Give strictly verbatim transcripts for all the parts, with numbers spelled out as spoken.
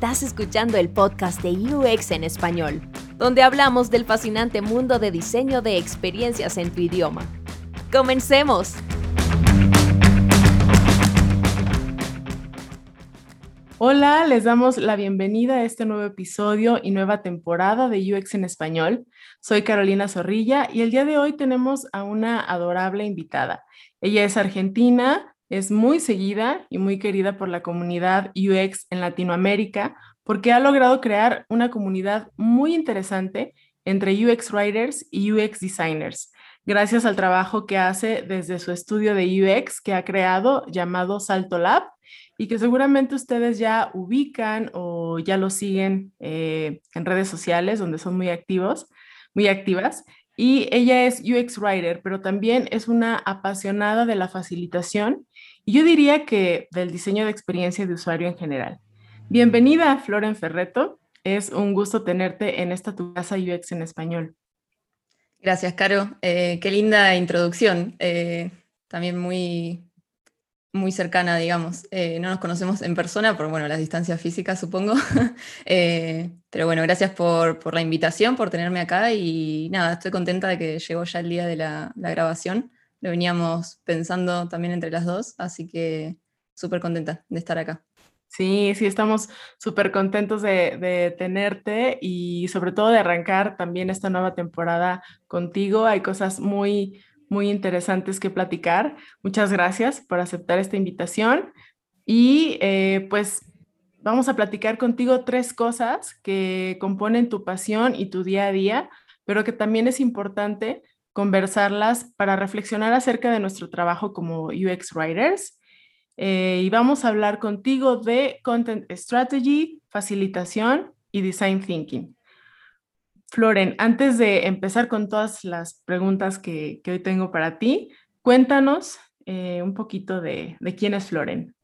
Estás escuchando el podcast de U X en español, donde hablamos del fascinante mundo de diseño de experiencias en tu idioma. ¡Comencemos! Hola, les damos la bienvenida a este nuevo episodio y nueva temporada de U X en español. Soy Carolina Zorrilla y el día de hoy tenemos a una adorable invitada. Ella es argentina, es muy seguida y muy querida por la comunidad U X en Latinoamérica porque ha logrado crear una comunidad muy interesante entre U X writers y U X designers, gracias al trabajo que hace desde su estudio de U X que ha creado llamado Salto Lab y que seguramente ustedes ya ubican o ya lo siguen eh, en redes sociales donde son muy activos, muy activas. Y ella es U X Writer, pero también es una apasionada de la facilitación y yo diría que del diseño de experiencia de usuario en general. Bienvenida, Floren Ferretto. Es un gusto tenerte en esta tu casa U X en español. Gracias, Caro. Eh, qué linda introducción. Eh, también muy, muy cercana, digamos. Eh, no nos conocemos en persona por, bueno, las distancias físicas, supongo. eh, pero bueno, gracias por, por la invitación, por tenerme acá y nada, estoy contenta de que llegó ya el día de la, la grabación. Lo veníamos pensando también entre las dos, así que súper contenta de estar acá. Sí, sí, estamos súper contentos de, de tenerte y sobre todo de arrancar también esta nueva temporada contigo. Hay cosas muy, muy interesantes que platicar. Muchas gracias por aceptar esta invitación y eh, pues vamos a platicar contigo tres cosas que componen tu pasión y tu día a día, pero que también es importante conversarlas para reflexionar acerca de nuestro trabajo como U X writers. Eh, y vamos a hablar contigo de Content Strategy, facilitación y Design Thinking. Floren, antes de empezar con todas las preguntas que, que hoy tengo para ti, cuéntanos eh, un poquito de, de quién es Floren.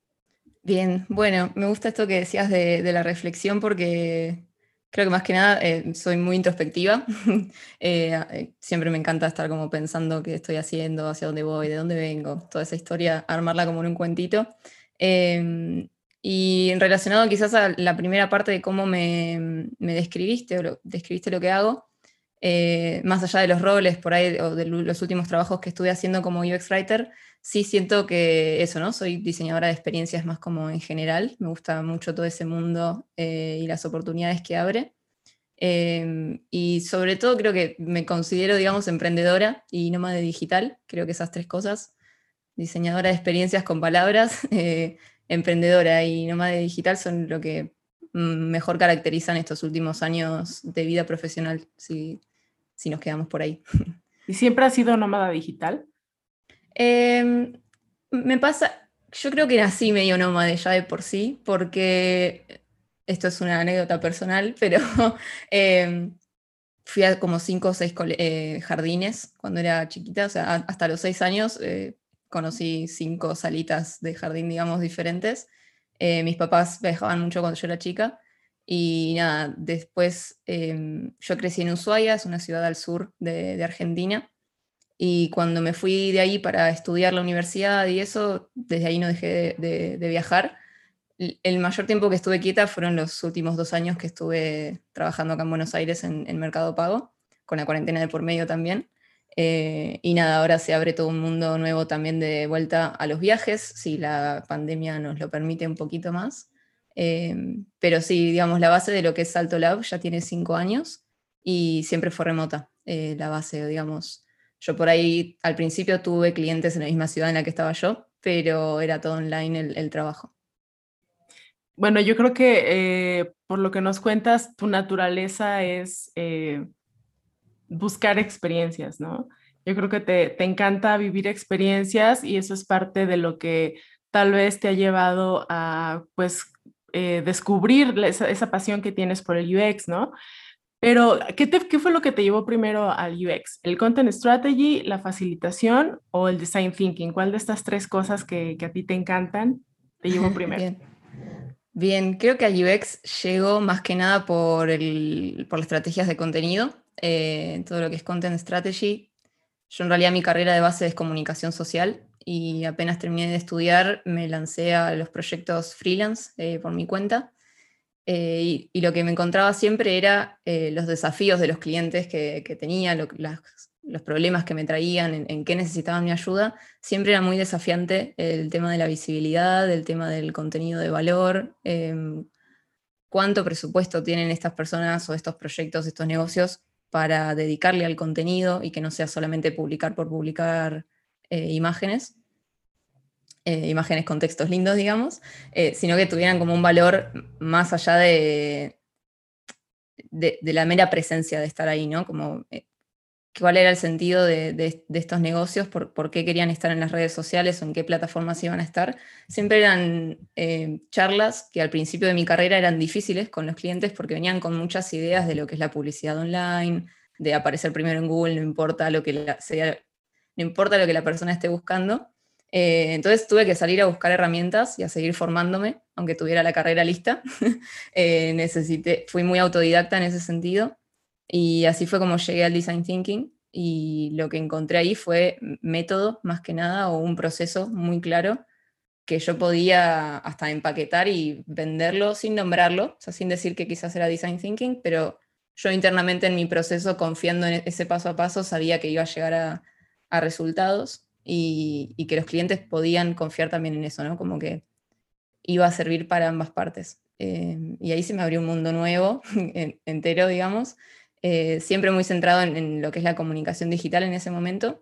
Bien, bueno, me gusta esto que decías de, de la reflexión porque creo que más que nada eh, soy muy introspectiva. eh, eh, siempre me encanta estar como pensando qué estoy haciendo, hacia dónde voy, de dónde vengo, toda esa historia, armarla como en un cuentito. Eh, y relacionado quizás a la primera parte de cómo me, me describiste o lo, describiste lo que hago, eh, más allá de los roles por ahí o de los últimos trabajos que estuve haciendo como U X Writer, sí siento que eso, ¿no? Soy diseñadora de experiencias más como en general, me gusta mucho todo ese mundo eh, y las oportunidades que abre. Eh, y sobre todo creo que me considero, digamos, emprendedora y nómade digital, creo que esas tres cosas, diseñadora de experiencias con palabras, eh, emprendedora y nómade digital son lo que mm, mejor caracterizan estos últimos años de vida profesional, si, si nos quedamos por ahí. ¿Y siempre has sido nómada digital? Eh, me pasa, yo creo que nací medio nómade ya de por sí, porque esto es una anécdota personal, pero eh, fui a como cinco o seis eh, jardines cuando era chiquita, o sea, a, hasta los seis años eh, conocí cinco salitas de jardín, digamos, diferentes. Eh, mis papás viajaban mucho cuando yo era chica. Y nada, después eh, yo crecí en Ushuaia, es una ciudad al sur de, de Argentina. Y cuando me fui de ahí para estudiar la universidad y eso, desde ahí no dejé de, de, de viajar. El mayor tiempo que estuve quieta fueron los últimos dos años que estuve trabajando acá en Buenos Aires en, en Mercado Pago, con la cuarentena de por medio también. Eh, y nada, ahora se abre todo un mundo nuevo también de vuelta a los viajes, si la pandemia nos lo permite un poquito más. Eh, pero sí, digamos, la base de lo que es Salto Lab ya tiene cinco años y siempre fue remota. Eh, la base, digamos, yo por ahí al principio tuve clientes en la misma ciudad en la que estaba yo, pero era todo online el, el trabajo. Bueno, yo creo que eh, por lo que nos cuentas, tu naturaleza es eh, buscar experiencias, ¿no? Yo creo que te, te encanta vivir experiencias y eso es parte de lo que tal vez te ha llevado a, pues, eh, descubrir esa, esa pasión que tienes por el U X, ¿no? Pero, ¿qué, te, ¿qué fue lo que te llevó primero al U X? ¿El Content Strategy, la facilitación o el Design Thinking? ¿Cuál de estas tres cosas que, que a ti te encantan te llevó primero? Bien. Bien, creo que a U X llegó más que nada por, el, por las estrategias de contenido, eh, todo lo que es Content Strategy. Yo en realidad mi carrera de base es comunicación social y apenas terminé de estudiar me lancé a los proyectos freelance eh, por mi cuenta Eh, y, y lo que me encontraba siempre era eh, los desafíos de los clientes que, que tenía, lo, las, los problemas que me traían, en, en qué necesitaban mi ayuda. Siempre era muy desafiante el tema de la visibilidad, el tema del contenido de valor, eh, cuánto presupuesto tienen estas personas o estos proyectos, estos negocios para dedicarle al contenido y que no sea solamente publicar por publicar eh, imágenes. Eh, imágenes con textos lindos, digamos, eh, sino que tuvieran como un valor más allá de, de, de la mera presencia de estar ahí, ¿no? Como eh, cuál era el sentido de, de, de estos negocios, por, por qué querían estar en las redes sociales o en qué plataformas iban a estar. Siempre eran eh, charlas que al principio de mi carrera eran difíciles con los clientes porque venían con muchas ideas de lo que es la publicidad online, de aparecer primero en Google, no importa lo que, la, sea, no importa lo que la persona esté buscando. Eh, entonces tuve que salir a buscar herramientas y a seguir formándome, aunque tuviera la carrera lista. eh, necesité, fui muy autodidacta en ese sentido. Y así fue como llegué al design thinking, y lo que encontré ahí fue método, más que nada, o un proceso muy claro que yo podía hasta empaquetar y venderlo sin nombrarlo, o sea, sin decir que quizás era design thinking, pero yo internamente en mi proceso, confiando en ese paso a paso, sabía que iba a llegar a, a resultados y, y que los clientes podían confiar también en eso, ¿no? Como que iba a servir para ambas partes. Eh, y ahí se me abrió un mundo nuevo, entero, digamos, eh, siempre muy centrado en, en, lo que es la comunicación digital en ese momento.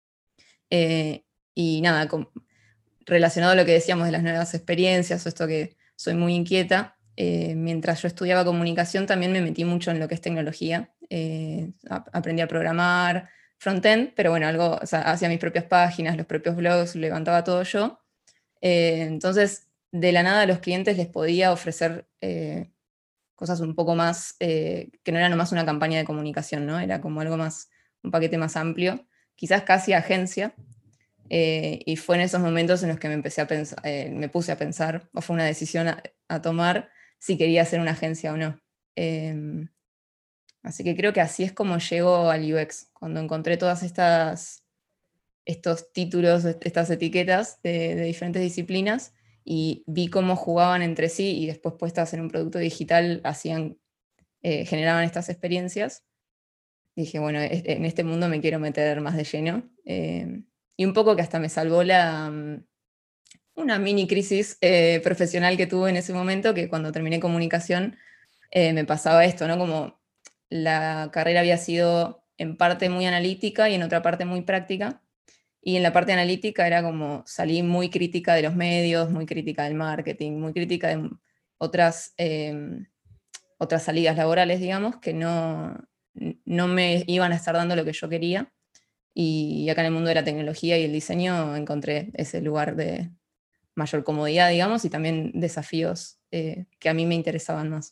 Eh, y nada, con, relacionado a lo que decíamos de las nuevas experiencias, o esto que soy muy inquieta, eh, mientras yo estudiaba comunicación también me metí mucho en lo que es tecnología. Eh, a, aprendí a programar front-end, pero bueno, algo, o sea, hacía mis propias páginas, los propios blogs, levantaba todo yo. Eh, entonces, de la nada a los clientes les podía ofrecer eh, cosas un poco más, eh, que no era nomás una campaña de comunicación, ¿no? Era como algo más, un paquete más amplio, quizás casi agencia, eh, y fue en esos momentos en los que me empecé a pensar, eh, me puse a pensar, o fue una decisión a, a tomar si quería hacer una agencia o no. Eh, así que creo que así es como llego al U X, cuando encontré todas estas, estos títulos, estas etiquetas de, de diferentes disciplinas, y vi cómo jugaban entre sí y después puestas en un producto digital hacían, eh, generaban estas experiencias. Dije, bueno, en este mundo me quiero meter más de lleno. Eh, y un poco que hasta me salvó la, una mini crisis eh, profesional que tuve en ese momento, que cuando terminé comunicación eh, me pasaba esto, ¿no? Como la carrera había sido en parte muy analítica y en otra parte muy práctica. Y en la parte analítica era como salí muy crítica de los medios, muy crítica del marketing, muy crítica de otras, eh, otras salidas laborales, digamos, que no, no me iban a estar dando lo que yo quería. Y acá en el mundo de la tecnología y el diseño encontré ese lugar de mayor comodidad, digamos, y también desafíos eh, que a mí me interesaban más.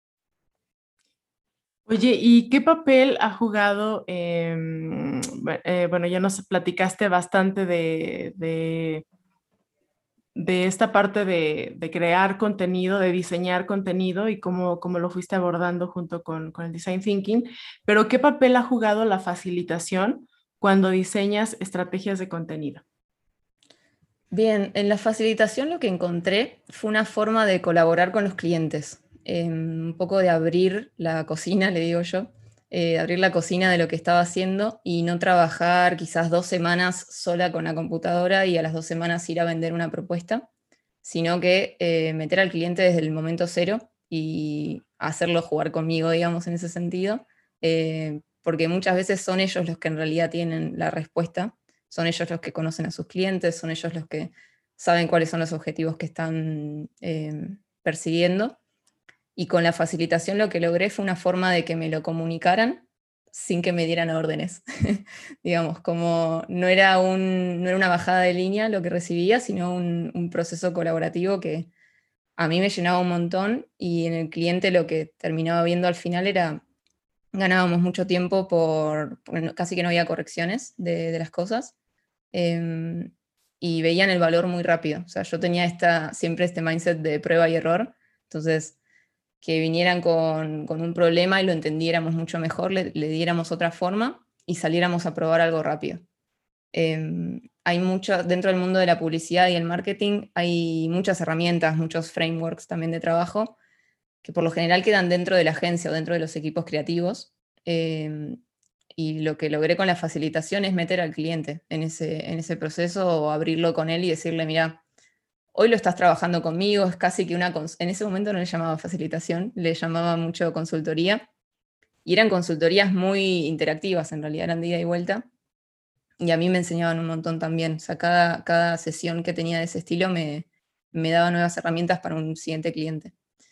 Oye, ¿y qué papel ha jugado? Eh, eh, bueno, ya nos platicaste bastante de, de, de esta parte de, de, crear contenido, de diseñar contenido y cómo, cómo lo fuiste abordando junto con, con el design thinking, pero ¿qué papel ha jugado la facilitación cuando diseñas estrategias de contenido? Bien, en la facilitación lo que encontré fue una forma de colaborar con los clientes, eh, un poco de abrir la cocina, le digo yo, eh, abrir la cocina de lo que estaba haciendo y no trabajar quizás dos semanas sola con la computadora y a las dos semanas ir a vender una propuesta, sino que eh, meter al cliente desde el momento cero y hacerlo jugar conmigo, digamos, en ese sentido, eh, porque muchas veces son ellos los que en realidad tienen la respuesta. Son ellos los que conocen a sus clientes, son ellos los que saben cuáles son los objetivos que están eh, persiguiendo. Y con la facilitación lo que logré fue una forma de que me lo comunicaran sin que me dieran órdenes. Digamos, como no era, un, no era una bajada de línea lo que recibía, sino un, un proceso colaborativo que a mí me llenaba un montón, y en el cliente lo que terminaba viendo al final era, ganábamos mucho tiempo por, por casi que no había correcciones de, de las cosas. Eh, y veían el valor muy rápido. O sea, yo tenía esta, siempre este mindset de prueba y error, entonces que vinieran con, con un problema y lo entendiéramos mucho mejor, le, le diéramos otra forma y saliéramos a probar algo rápido. Eh, hay mucho, dentro del mundo de la publicidad y el marketing, hay muchas herramientas, muchos frameworks también de trabajo, que por lo general quedan dentro de la agencia o dentro de los equipos creativos. Eh, y lo que logré con la facilitación es meter al cliente en ese, en ese proceso o abrirlo con él y decirle, mira, hoy lo estás trabajando conmigo, es casi que una... En ese momento no le llamaba facilitación, le llamaba mucho consultoría. Y eran consultorías muy interactivas, en realidad eran de ida y vuelta. Y a mí me enseñaban un montón también. O sea, cada, cada sesión que tenía de ese estilo me, me daba nuevas herramientas para un siguiente cliente.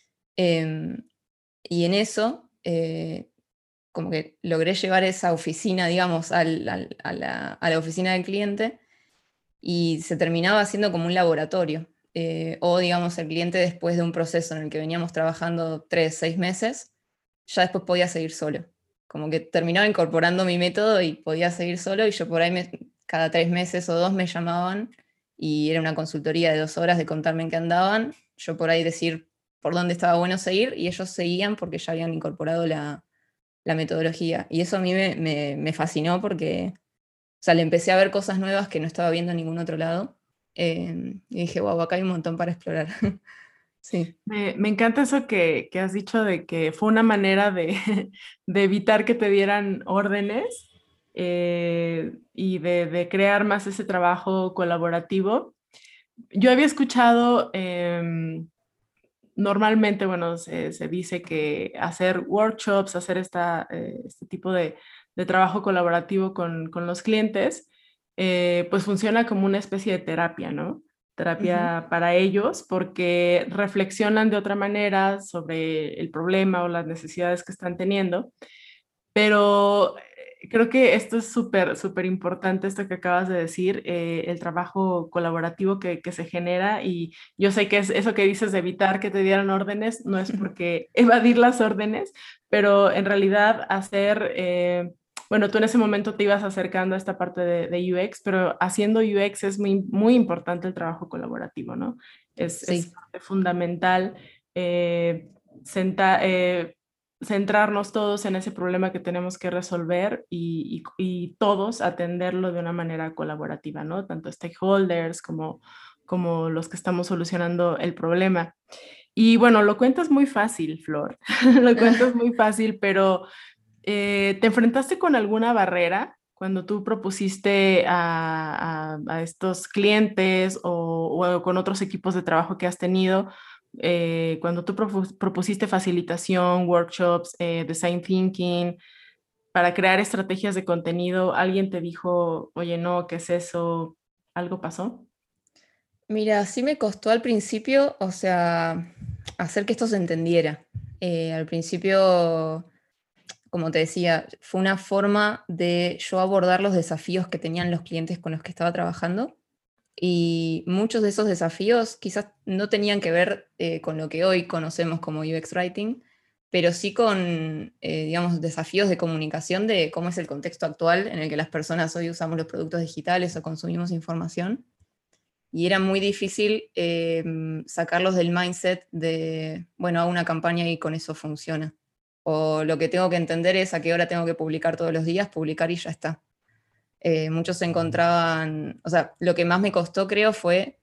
Eh, y en eso, eh, como que logré llevar esa oficina, digamos, al, al, a, la, a la oficina del cliente y se terminaba haciendo como un laboratorio. Eh, o, digamos, el cliente después de un proceso en el que veníamos trabajando tres, seis meses, ya después podía seguir solo. Como que terminaba incorporando mi método y podía seguir solo y yo por ahí me, cada tres meses o dos me llamaban y era una consultoría de dos horas de contarme en qué andaban, yo por ahí decir por dónde estaba bueno seguir y ellos seguían porque ya habían incorporado la, la metodología. Y eso a mí me, me, me fascinó porque, o sea, le empecé a ver cosas nuevas que no estaba viendo en ningún otro lado. Eh, y dije, wow, acá hay un montón para explorar. Sí. Me, me encanta eso que, que has dicho de que fue una manera de, de evitar que te dieran órdenes eh, y de, de crear más ese trabajo colaborativo. Yo había escuchado, em, normalmente, bueno, se, se dice que hacer workshops, hacer esta, eh, este tipo de, de trabajo colaborativo con, con los clientes, eh, pues funciona como una especie de terapia, ¿no? Ujú. Terapia para ellos porque reflexionan de otra manera sobre el problema o las necesidades que están teniendo. Pero eh, creo que esto es súper, súper importante, esto que acabas de decir, eh, el trabajo colaborativo que, que se genera. Y yo sé que es eso que dices de evitar que te dieran órdenes, no es porque evadir las órdenes, pero en realidad hacer, eh, bueno, tú en ese momento te ibas acercando a esta parte de, de U X, pero haciendo U X es muy, muy importante el trabajo colaborativo, ¿no? Es, es Sí. parte fundamental. Eh, senta- eh, Centrarnos todos en ese problema que tenemos que resolver y, y, y todos atenderlo de una manera colaborativa, ¿no? Tanto stakeholders como, como los que estamos solucionando el problema. Y bueno, lo cuentas muy fácil, Flor, lo cuentas muy fácil, pero eh, ¿te enfrentaste con alguna barrera cuando tú propusiste a, a, a estos clientes o, o, con otros equipos de trabajo que has tenido? Eh, cuando tú propus propusiste facilitación, workshops, eh, design thinking, para crear estrategias de contenido, ¿alguien te dijo, oye, no, qué es eso? ¿Algo pasó? Mira, sí me costó al principio, o sea, hacer que esto se entendiera. Eh, al principio, como te decía, fue una forma de yo abordar los desafíos que tenían los clientes con los que estaba trabajando. Y muchos de esos desafíos quizás no tenían que ver eh, con lo que hoy conocemos como U X Writing, pero sí con, eh, digamos, desafíos de comunicación de cómo es el contexto actual en el que las personas hoy usamos los productos digitales o consumimos información. Y era muy difícil eh, sacarlos del mindset de, bueno, hago una campaña y con eso funciona. O lo que tengo que entender es a qué hora tengo que publicar todos los días, publicar y ya está. Eh, muchos se encontraban, o sea, lo que más me costó creo fue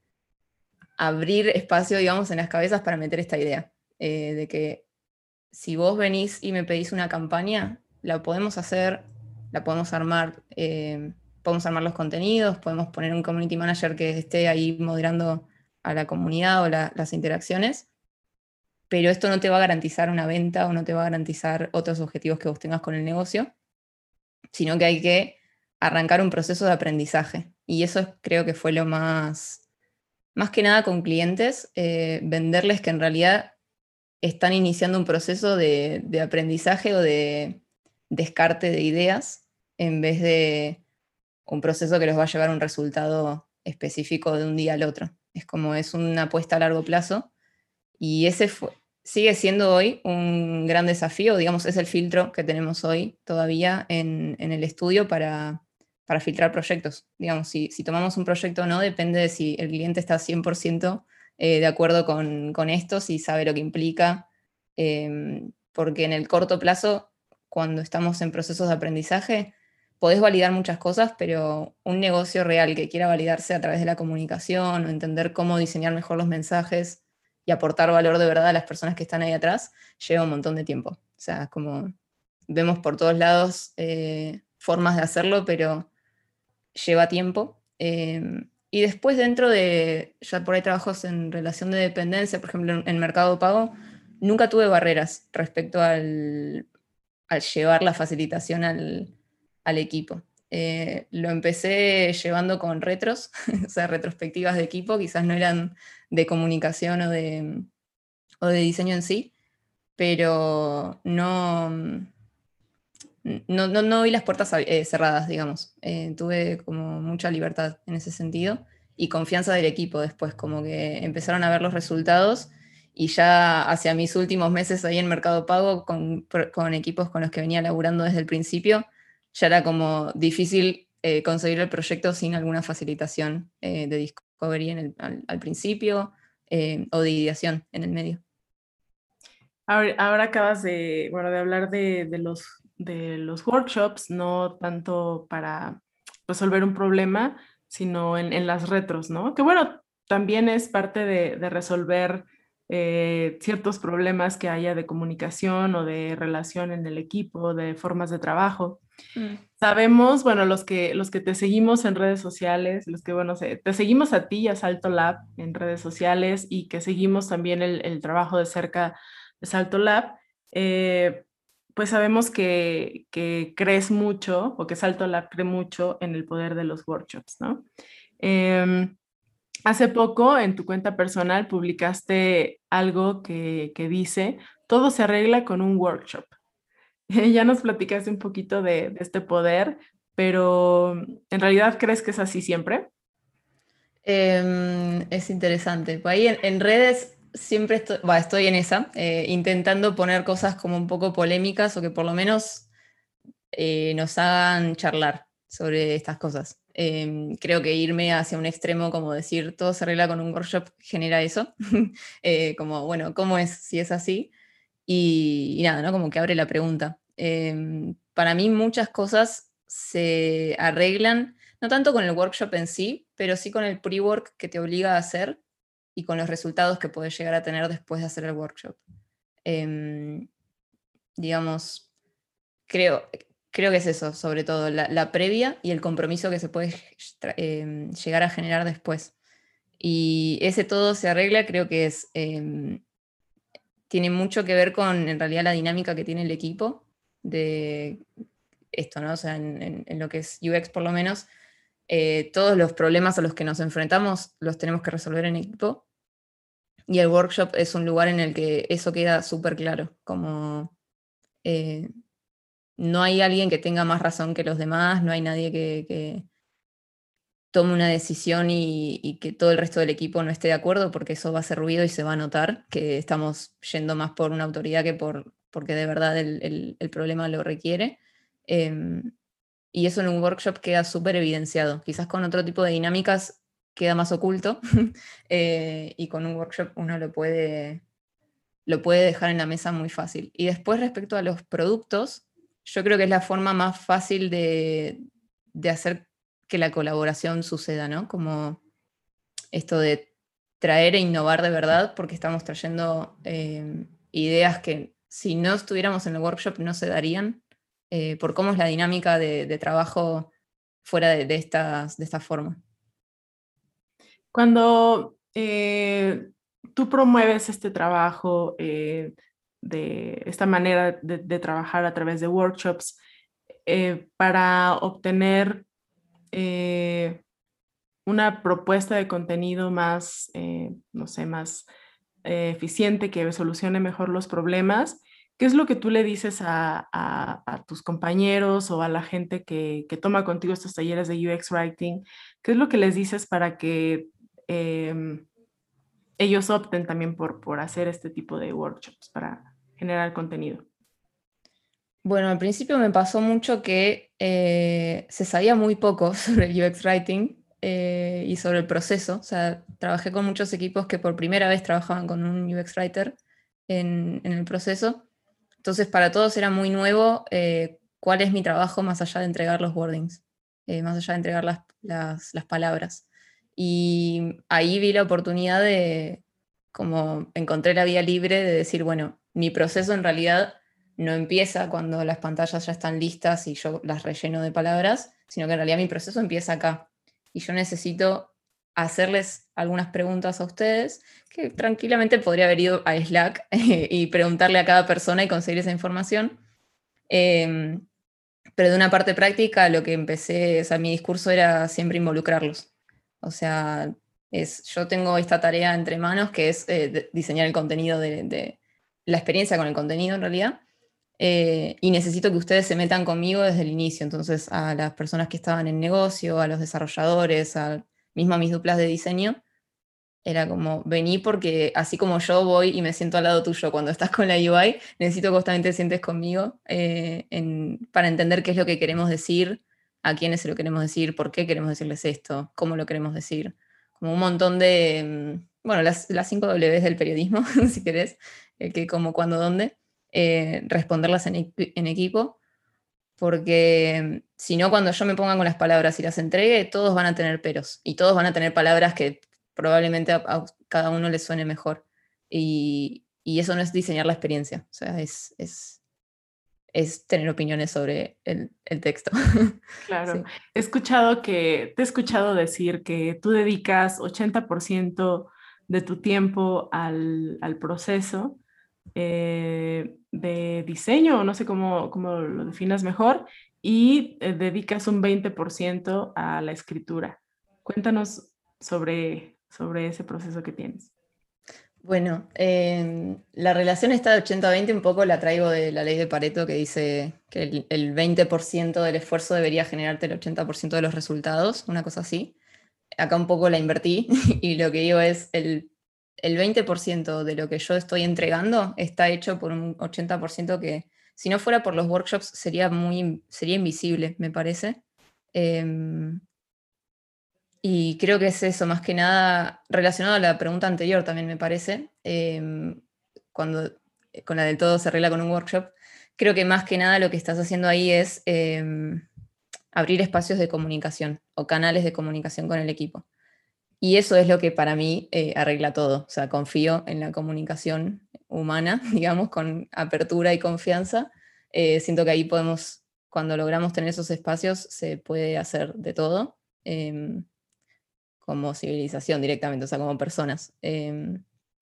abrir espacio, digamos, en las cabezas para meter esta idea, eh, de que si vos venís y me pedís una campaña, la podemos hacer, la podemos armar, eh, podemos armar los contenidos, podemos poner un community manager que esté ahí moderando a la comunidad o la, las interacciones, pero esto no te va a garantizar una venta o no te va a garantizar otros objetivos que vos tengas con el negocio, sino que hay que arrancar un proceso de aprendizaje. Y eso creo que fue lo más, más que nada con clientes, eh, venderles que en realidad están iniciando un proceso de, de aprendizaje o de descarte de ideas en vez de un proceso que los va a llevar a un resultado específico de un día al otro. Es como es una apuesta a largo plazo y ese fue, sigue siendo hoy un gran desafío, digamos, es el filtro que tenemos hoy todavía en, en el estudio para, para filtrar proyectos. Digamos, si, si tomamos un proyecto o no, depende de si el cliente está cien por ciento eh, de acuerdo con, con esto, si sabe lo que implica, eh, porque en el corto plazo, cuando estamos en procesos de aprendizaje, podés validar muchas cosas, pero un negocio real que quiera validarse a través de la comunicación o entender cómo diseñar mejor los mensajes y aportar valor de verdad a las personas que están ahí atrás, lleva un montón de tiempo. O sea, como vemos por todos lados eh, formas de hacerlo, pero lleva tiempo. Eh, y después dentro de, ya por ahí trabajos en relación de dependencia, por ejemplo, en, en Mercado Pago, nunca tuve barreras respecto al, al llevar la facilitación al, al equipo. Eh, lo empecé llevando con retros, o sea, retrospectivas de equipo, quizás no eran de comunicación o de, o de diseño en sí, pero no, no, no, no vi las puertas eh, cerradas, digamos. Eh, tuve como mucha libertad en ese sentido y confianza del equipo después, como que empezaron a ver los resultados y ya hacia mis últimos meses ahí en Mercado Pago, con, con equipos con los que venía laburando desde el principio, ya era como difícil eh, conseguir el proyecto sin alguna facilitación eh, de discovery en el, al, al, principio eh, o de ideación en el medio. Ahora, ahora acabas de, bueno, de hablar de, de, los, de los workshops, no tanto para resolver un problema, sino en, en las retros, ¿no? Que bueno, también es parte de, de resolver eh, ciertos problemas que haya de comunicación o de relación en el equipo, de formas de trabajo. Mm. Sabemos, bueno, los que, los que te seguimos en redes sociales, los que, bueno, se, te seguimos a ti y a Salto Lab en redes sociales y que seguimos también el, el trabajo de cerca de Salto Lab, eh, pues sabemos que, que crees mucho o que Salto Lab cree mucho en el poder de los workshops, ¿no? Eh, hace poco en tu cuenta personal publicaste algo que, que dice, todo se arregla con un workshop. Ya nos platicaste un poquito de, de este poder, pero ¿en realidad crees que es así siempre? Eh, es interesante. Por ahí en, en redes siempre estoy, bah, estoy en esa, eh, intentando poner cosas como un poco polémicas o que por lo menos eh, nos hagan charlar sobre estas cosas. Eh, creo que irme hacia un extremo como decir todo se arregla con un workshop genera eso. eh, como, bueno, ¿cómo es si es así? Y, y nada, ¿no? Como que abre la pregunta. Eh, para mí muchas cosas se arreglan, no tanto con el workshop en sí, pero sí con el pre-work que te obliga a hacer y con los resultados que puedes llegar a tener después de hacer el workshop. Eh, digamos, creo, creo que es eso, sobre todo, la, la previa y el compromiso que se puede eh, llegar a generar después. Y ese todo se arregla, creo que es... Eh, tiene mucho que ver con, en realidad, la dinámica que tiene el equipo de esto, ¿no? O sea, en, en, en lo que es U X por lo menos, eh, todos los problemas a los que nos enfrentamos los tenemos que resolver en equipo. Y el workshop es un lugar en el que eso queda súper claro, como eh, no hay alguien que tenga más razón que los demás, no hay nadie que, que tome una decisión y, y que todo el resto del equipo no esté de acuerdo, porque eso va a hacer ruido y se va a notar que estamos yendo más por una autoridad que por porque de verdad el, el, el problema lo requiere. Eh, y eso en un workshop queda súper evidenciado. Quizás con otro tipo de dinámicas queda más oculto eh, y con un workshop uno lo puede, lo puede dejar en la mesa muy fácil. Y después respecto a los productos, yo creo que es la forma más fácil de, de hacer que la colaboración suceda, ¿no? Como esto de traer e innovar de verdad, porque estamos trayendo eh, ideas que si no estuviéramos en el workshop no se darían, eh, por cómo es la dinámica de, de trabajo fuera de, de, estas, de esta forma. Cuando eh, tú promueves este trabajo, eh, de esta manera de, de trabajar a través de workshops, eh, para obtener eh, una propuesta de contenido más, eh, no sé, más eh, eficiente, que solucione mejor los problemas, ¿qué es lo que tú le dices a, a, a tus compañeros o a la gente que, que toma contigo estos talleres de U X Writing? ¿Qué es lo que les dices para que eh, ellos opten también por, por hacer este tipo de workshops para generar contenido? Bueno, al principio me pasó mucho que eh, se sabía muy poco sobre el U X Writing eh, y sobre el proceso. O sea, trabajé con muchos equipos que por primera vez trabajaban con un U X Writer en, en el proceso. Entonces, para todos era muy nuevo eh, cuál es mi trabajo más allá de entregar los wordings, eh, más allá de entregar las, las, las palabras. Y ahí vi la oportunidad de, como encontré la vía libre de decir, bueno, mi proceso en realidad no empieza cuando las pantallas ya están listas y yo las relleno de palabras, sino que en realidad mi proceso empieza acá. Y yo necesito hacerles algunas preguntas a ustedes, que tranquilamente podría haber ido a Slack y preguntarle a cada persona y conseguir esa información. Eh, pero de una parte práctica, lo que empecé, o sea, mi discurso era siempre involucrarlos. O sea, es, yo tengo esta tarea entre manos que es eh, diseñar el contenido de, de, la experiencia con el contenido en realidad, eh, y necesito que ustedes se metan conmigo desde el inicio. Entonces, a las personas que estaban en negocio, a los desarrolladores, a mismo a mis duplas de diseño, era como, vení porque así como yo voy y me siento al lado tuyo cuando estás con la U I, necesito que vos también te sientes conmigo eh, en, para entender qué es lo que queremos decir, a quiénes se lo queremos decir, por qué queremos decirles esto, cómo lo queremos decir. Como un montón de, bueno, las, las cinco Ws del periodismo, si querés, eh, que como, cuándo, dónde, eh, responderlas en, en equipo, porque si no, cuando yo me ponga con las palabras y las entregue, todos van a tener peros, y todos van a tener palabras que probablemente a, a cada uno le suene mejor. Y, y eso no es diseñar la experiencia, o sea, es, es, es tener opiniones sobre el, el texto. Claro, Sí. he escuchado que, te he escuchado decir que tú dedicas ochenta por ciento de tu tiempo al, al proceso eh, de diseño, o no sé cómo, cómo lo definas mejor, y eh, dedicas un veinte por ciento a la escritura. Cuéntanos sobre, sobre ese proceso que tienes. Bueno, eh, la relación está de ochenta veinte, un poco la traigo de la ley de Pareto que dice que el, el veinte por ciento del esfuerzo debería generarte el ochenta por ciento de los resultados, una cosa así. Acá un poco la invertí y lo que digo es el, el veinte por ciento de lo que yo estoy entregando está hecho por un ochenta por ciento que si no fuera por los workshops sería, muy, sería invisible, me parece. Eh, y creo que es eso, más que nada relacionado a la pregunta anterior también me parece, eh, cuando con la del todo se arregla con un workshop, creo que más que nada lo que estás haciendo ahí es eh, abrir espacios de comunicación o canales de comunicación con el equipo. Y eso es lo que para mí eh, arregla todo. O sea, confío en la comunicación humana, digamos, con apertura y confianza. Eh, siento que ahí podemos, cuando logramos tener esos espacios, se puede hacer de todo. Eh, como civilización directamente, o sea, como personas. Eh,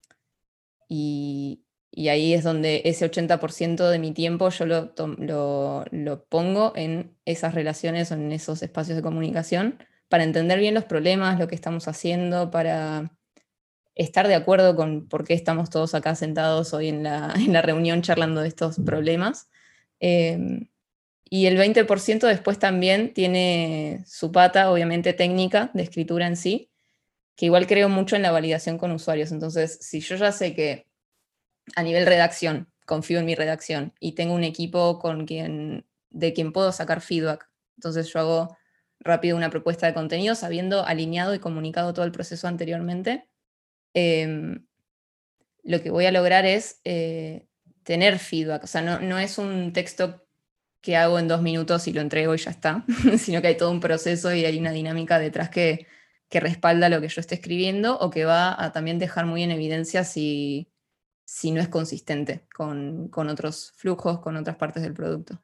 y, y, ahí es donde ese ochenta por ciento de mi tiempo yo lo, lo, lo pongo en esas relaciones o en esos espacios de comunicación para entender bien los problemas, lo que estamos haciendo, para estar de acuerdo con por qué estamos todos acá sentados hoy en la, en la reunión charlando de estos problemas. Eh, y el veinte por ciento después también tiene su pata, obviamente técnica, de escritura en sí, que igual creo mucho en la validación con usuarios. Entonces, si yo ya sé que a nivel redacción, confío en mi redacción y tengo un equipo con quien, de quien puedo sacar feedback, entonces yo hago rápido una propuesta de contenido sabiendo alineado y comunicado todo el proceso anteriormente. Eh, lo que voy a lograr es eh, tener feedback. O sea, no, no es un texto que hago en dos minutos y lo entrego y ya está, sino que hay todo un proceso y hay una dinámica detrás que, que respalda lo que yo esté escribiendo o que va a también dejar muy en evidencia si, si no es consistente con, con otros flujos, con otras partes del producto.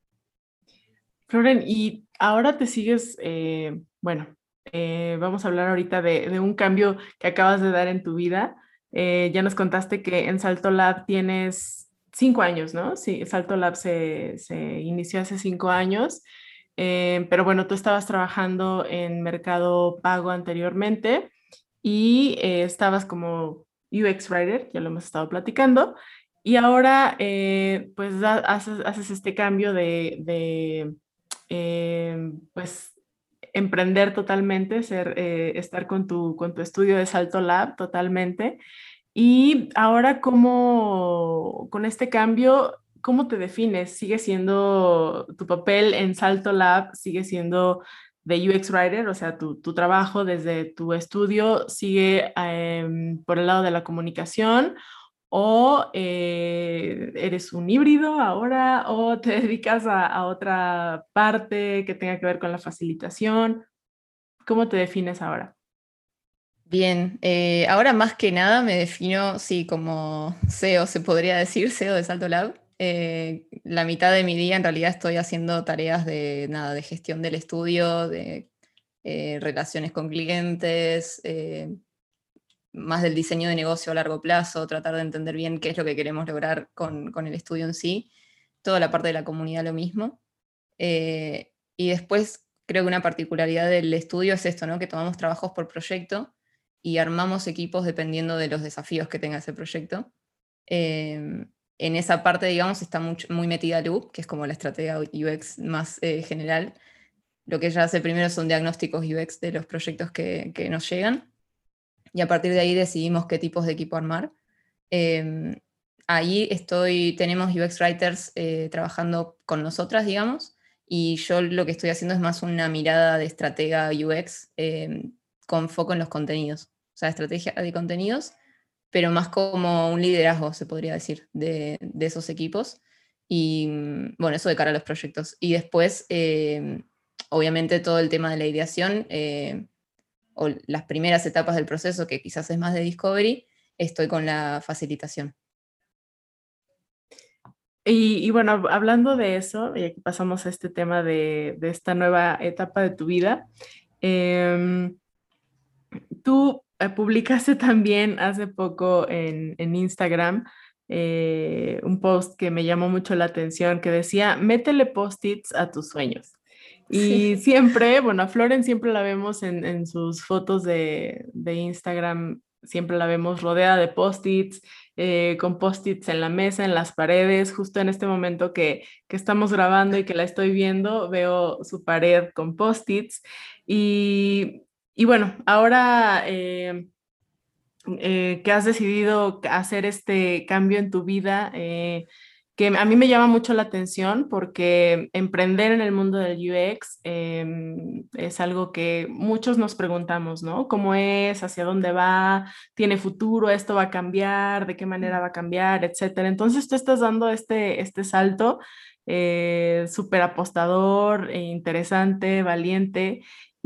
Floren, y ahora te sigues, eh, bueno, eh, vamos a hablar ahorita de, de, un cambio que acabas de dar en tu vida. Eh, ya nos contaste que en Salto Lab tienes cinco años, ¿no? Sí, Salto Lab se, se inició hace cinco años, eh, pero bueno, tú estabas trabajando en Mercado Pago anteriormente y eh, estabas como U X Writer, ya lo hemos estado platicando, y ahora eh, pues da, haces, haces, este cambio de, de eh, pues emprender totalmente, ser, eh, estar con tu, con tu estudio de Salto Lab totalmente. Y ahora, ¿cómo, con este cambio, cómo te defines? ¿Sigue siendo tu papel en Salto Lab, sigue siendo de U X Writer, o sea, tu, tu trabajo desde tu estudio sigue eh, por el lado de la comunicación? ¿O eh, eres un híbrido ahora o te dedicas a, a otra parte que tenga que ver con la facilitación? ¿Cómo te defines ahora? Bien, eh, ahora más que nada me defino, sí, como C E O, se podría decir, C E O de Salto Lab. Eh, la mitad de mi día en realidad estoy haciendo tareas de, nada, de gestión del estudio, de eh, relaciones con clientes, eh, más del diseño de negocio a largo plazo, tratar de entender bien qué es lo que queremos lograr con, con el estudio en sí. Toda la parte de la comunidad lo mismo. Eh, y después creo que una particularidad del estudio es esto, ¿no? Que tomamos trabajos por proyecto y armamos equipos dependiendo de los desafíos que tenga ese proyecto. Eh, en esa parte, digamos, está mucho, muy metida Lu, que es como la estrategia U X más eh, general. Lo que ella hace primero son diagnósticos U X de los proyectos que, que nos llegan y a partir de ahí decidimos qué tipos de equipo armar. Eh, ahí estoy, tenemos U X Writers eh, trabajando con nosotras, digamos, y yo lo que estoy haciendo es más una mirada de estratega U X eh, con foco en los contenidos, o sea, estrategia de contenidos, pero más como un liderazgo, se podría decir, de, de esos equipos. Y bueno, eso de cara a los proyectos. Y después, eh, obviamente, todo el tema de la ideación. Eh, o las primeras etapas del proceso, que quizás es más de discovery, estoy con la facilitación. Y, y bueno, hab- hablando de eso, y aquí pasamos a este tema de, de esta nueva etapa de tu vida, em, tú eh, publicaste también hace poco en, en Instagram eh, un post que me llamó mucho la atención que decía, métele post-its a tus sueños. Y Sí. siempre, bueno, a Floren siempre la vemos en, en sus fotos de, de Instagram, siempre la vemos rodeada de post-its, eh, con post-its en la mesa, en las paredes. Justo en este momento que, que estamos grabando y que la estoy viendo, veo su pared con post-its. Y, y bueno, ahora eh, eh, que has decidido hacer este cambio en tu vida, eh, que a mí me llama mucho la atención porque emprender en el mundo del U X eh, es algo que muchos nos preguntamos, ¿no? ¿Cómo es? ¿Hacia dónde va? ¿Tiene futuro? ¿Esto va a cambiar? ¿De qué manera va a cambiar? Etcétera. Entonces tú estás dando este, este salto eh, súper apostador, e interesante, valiente.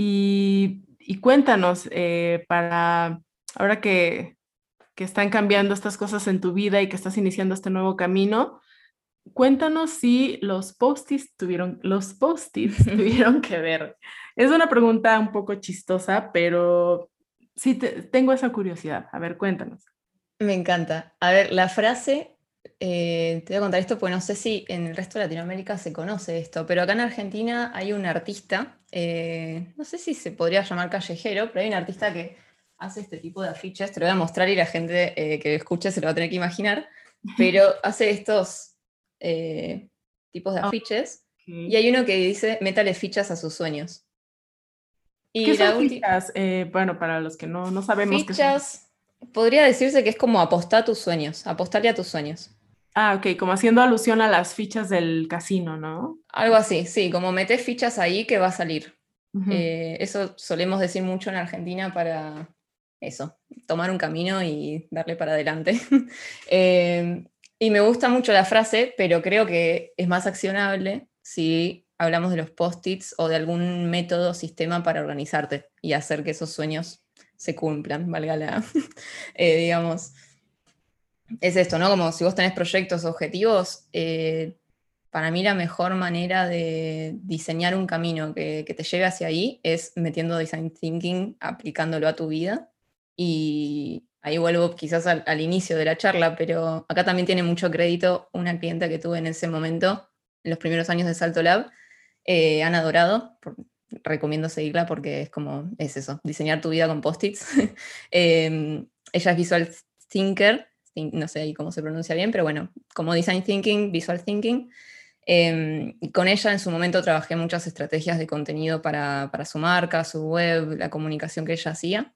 Y, y cuéntanos, eh, para ahora que, que están cambiando estas cosas en tu vida y que estás iniciando este nuevo camino, cuéntanos si los post-its tuvieron, los post-its tuvieron que ver. Es una pregunta un poco chistosa, pero sí te- tengo esa curiosidad. A ver, cuéntanos. Me encanta. A ver, la frase, eh, te voy a contar esto porque no sé si en el resto de Latinoamérica se conoce esto, pero acá en Argentina hay un artista, eh, no sé si se podría llamar callejero, pero hay un artista que hace este tipo de afiches, te lo voy a mostrar y la gente eh, que escuche se lo va a tener que imaginar, pero hace estos eh, tipos de afiches y Ok. hay uno que dice, métale fichas a sus sueños. ¿Qué Y son la última, fichas? Eh, bueno, para los que no, no sabemos qué son. fichas, podría decirse que es como apostar a tus sueños, apostarle a tus sueños. Ah, ok, como haciendo alusión a las fichas del casino, ¿no? Algo así, sí, como metés fichas ahí que va a salir. Ujú. Eh, eso solemos decir mucho en Argentina para eso, tomar un camino y darle para adelante. Eh, y me gusta mucho la frase, pero creo que es más accionable si hablamos de los post-its o de algún método, sistema para organizarte y hacer que esos sueños se cumplan, valga la, eh, digamos, es esto, ¿no? Como si vos tenés proyectos, objetivos, eh, para mí la mejor manera de diseñar un camino que, que te lleve hacia ahí es metiendo design thinking, aplicándolo a tu vida. Y ahí vuelvo quizás al, al inicio de la charla, pero acá también tiene mucho crédito una clienta que tuve en ese momento, en los primeros años de Salto Lab, eh, Ana Dorado. Por- recomiendo seguirla porque es como, es eso, diseñar tu vida con post-its. Eh, ella es visual thinker, think- no sé ahí cómo se pronuncia bien, pero bueno, como design thinking, visual thinking. Eh, y con ella en su momento trabajé muchas estrategias de contenido para, para su marca, su web, la comunicación que ella hacía.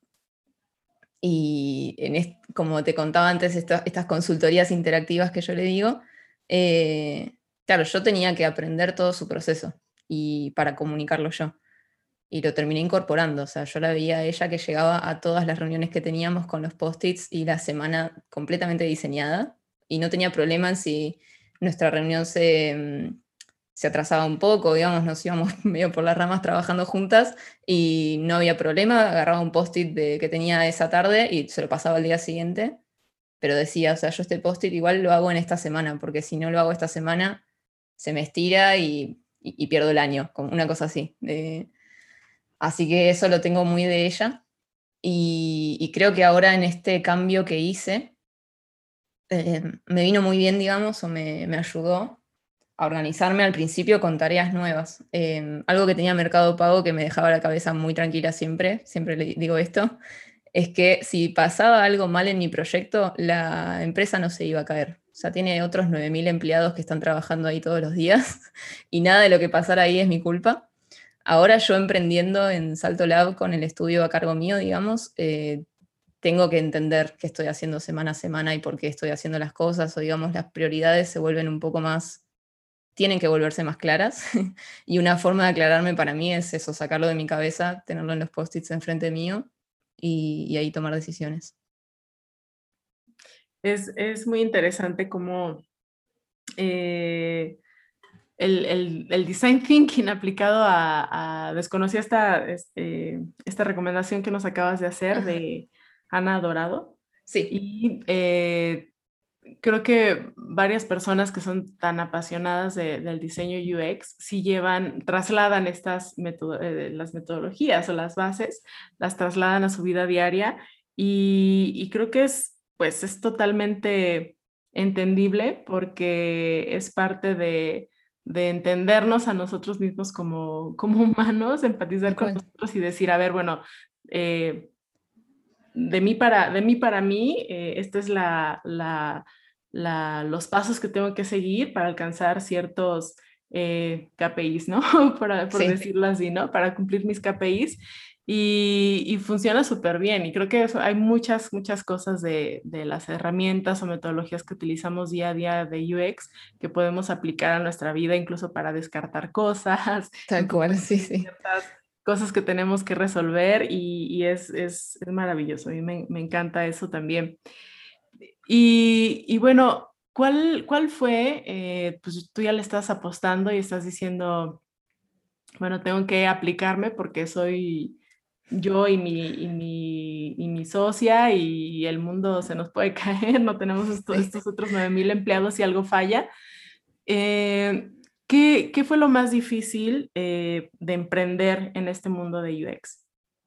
Y en est- como te contaba antes, esta- estas consultorías interactivas que yo le digo, eh, claro, yo tenía que aprender todo su proceso y para comunicarlo yo. Y lo terminé incorporando, o sea, yo la veía a ella que llegaba a todas las reuniones que teníamos con los post-its y la semana completamente diseñada y no tenía problema en si nuestra reunión se, mm, se atrasaba un poco, digamos, nos íbamos medio por las ramas trabajando juntas y no había problema, agarraba un post-it de, que tenía esa tarde y se lo pasaba al día siguiente, pero decía, o sea, yo este post-it igual lo hago en esta semana, porque si no lo hago esta semana, se me estira y, y, y pierdo el año, como una cosa así. Eh, así que eso lo tengo muy de ella. Y, y creo que ahora en este cambio que hice, eh, me vino muy bien, digamos, o me, me ayudó a organizarme al principio con tareas nuevas. Eh, algo que tenía Mercado Pago que me dejaba la cabeza muy tranquila siempre, siempre le digo esto, es que si pasaba algo mal en mi proyecto, la empresa no se iba a caer. O sea, tiene otros nueve mil empleados que están trabajando ahí todos los días y nada de lo que pasara ahí es mi culpa. Ahora yo emprendiendo en Salto Lab con el estudio a cargo mío, digamos, eh, tengo que entender qué estoy haciendo semana a semana y por qué estoy haciendo las cosas, o digamos, las prioridades se vuelven un poco más, tienen que volverse más claras. Y una forma de aclararme para mí es eso, sacarlo de mi cabeza, tenerlo en los post-its enfrente mío y, y ahí tomar decisiones. Es, es muy interesante cómo eh, el, el, el design thinking aplicado a, a desconocí esta, este, esta recomendación que nos acabas de hacer de Ana Dorado. Sí. Y eh, creo que varias personas que son tan apasionadas de, del diseño U X sí llevan, trasladan estas metodo, eh, las metodologías o las bases, las trasladan a su vida diaria y, y creo que es, pues, es totalmente entendible porque es parte de, de entendernos a nosotros mismos como, como humanos, empatizar con nosotros y decir, a ver, bueno, eh, de mí para, de mí, para mí, eh, esta es la, la, la, los pasos que tengo que seguir para alcanzar ciertos eh, K P Is, ¿no? por, por Sí. decirlo así, ¿no? Para cumplir mis K P Is. Y, y funciona súper bien. Y creo que eso, hay muchas, muchas cosas de, de las herramientas o metodologías que utilizamos día a día de U X que podemos aplicar a nuestra vida, incluso para descartar cosas. Tal cual, sí, sí. Cosas que tenemos que resolver y, y es, es, es, maravilloso. A mí me, me encanta eso también. Y, y bueno, ¿cuál, cuál fue? Eh, pues tú ya le estás apostando y estás diciendo, bueno, tengo que aplicarme porque soy yo y mi, y mi, y mi socia y el mundo se nos puede caer, no tenemos esto, estos otros nueve mil empleados y algo falla. Eh, ¿qué, ¿Qué fue lo más difícil eh, de emprender en este mundo de U X?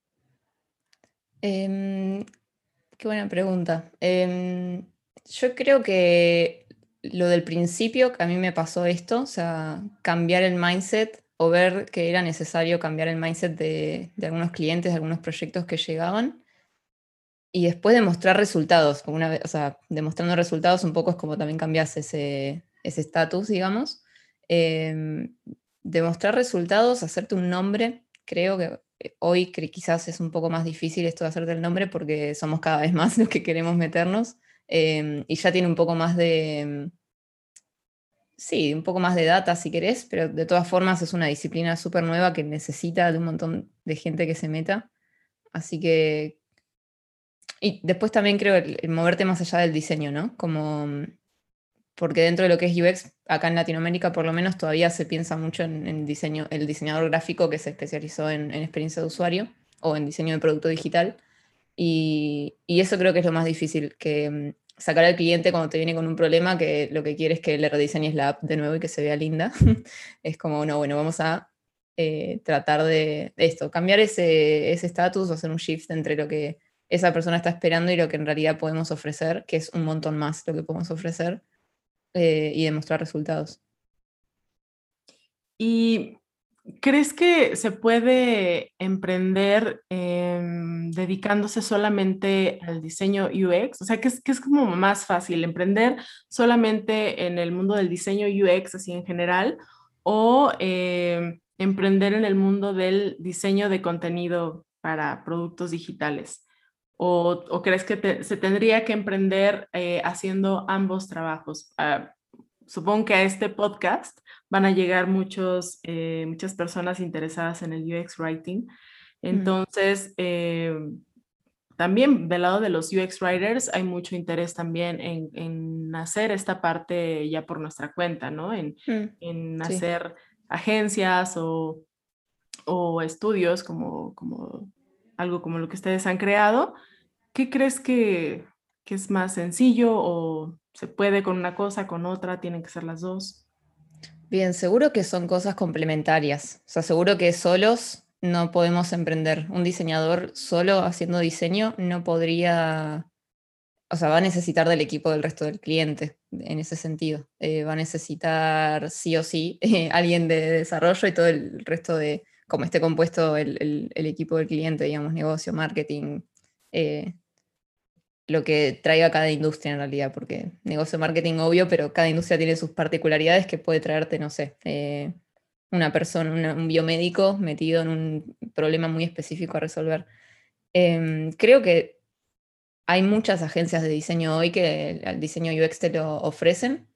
Eh, qué buena pregunta. Eh, yo creo que lo del principio, que a mí me pasó esto, o sea, cambiar el mindset o ver que era necesario cambiar el mindset de, de algunos clientes, de algunos proyectos que llegaban. Y después demostrar resultados, como una vez, o sea, demostrando resultados un poco es como también cambias ese estatus, digamos. Eh, demostrar resultados, hacerte un nombre, creo que hoy que quizás es un poco más difícil esto de hacerte el nombre porque somos cada vez más los que queremos meternos eh, y ya tiene un poco más de, sí, un poco más de data si querés, pero de todas formas es una disciplina súper nueva que necesita de un montón de gente que se meta. Así que y después también creo el, el moverte más allá del diseño, ¿no? Como, porque dentro de lo que es U X, acá en Latinoamérica por lo menos todavía se piensa mucho en, en diseño, el diseñador gráfico que se especializó en, en experiencia de usuario o en diseño de producto digital. Y, y eso creo que es lo más difícil, que mm, sacar al cliente cuando te viene con un problema que lo que quiere es que le rediseñes la app de nuevo y que se vea linda. Es como, no, bueno, vamos a eh, tratar de, de esto, cambiar ese estatus o hacer un shift entre lo que esa persona está esperando y lo que en realidad podemos ofrecer, que es un montón más lo que podemos ofrecer, eh, y demostrar resultados. ¿Y crees que se puede emprender eh, dedicándose solamente al diseño U X? O sea, que es, que es como más fácil emprender solamente en el mundo del diseño U X, así en general, o eh, emprender en el mundo del diseño de contenido para productos digitales. ¿O, o crees que te, se tendría que emprender eh, haciendo ambos trabajos? Uh, supongo que a este podcast van a llegar muchos, eh, muchas personas interesadas en el U X Writing. Entonces, eh, también del lado de los U X Writers hay mucho interés también en, en hacer esta parte ya por nuestra cuenta, ¿no? En, Mm, en sí. hacer agencias o, o estudios como, como algo como lo que ustedes han creado. ¿Qué crees que, que es más sencillo o se puede con una cosa, con otra, tienen que ser las dos? Bien, seguro que son cosas complementarias. O sea, seguro que solos no podemos emprender. Un diseñador solo haciendo diseño no podría, o sea, va a necesitar del equipo del resto del cliente en ese sentido. Eh, va a necesitar sí o sí eh, alguien de desarrollo y todo el resto de, como esté compuesto el, el- el equipo del cliente, digamos, negocio, marketing, eh, lo que traiga cada industria en realidad, porque negocio, marketing, obvio, pero cada industria tiene sus particularidades que puede traerte, no sé, eh, una persona, una- un biomédico metido en un problema muy específico a resolver. Em, creo que hay muchas agencias de diseño hoy que el, el diseño U X te lo ofrecen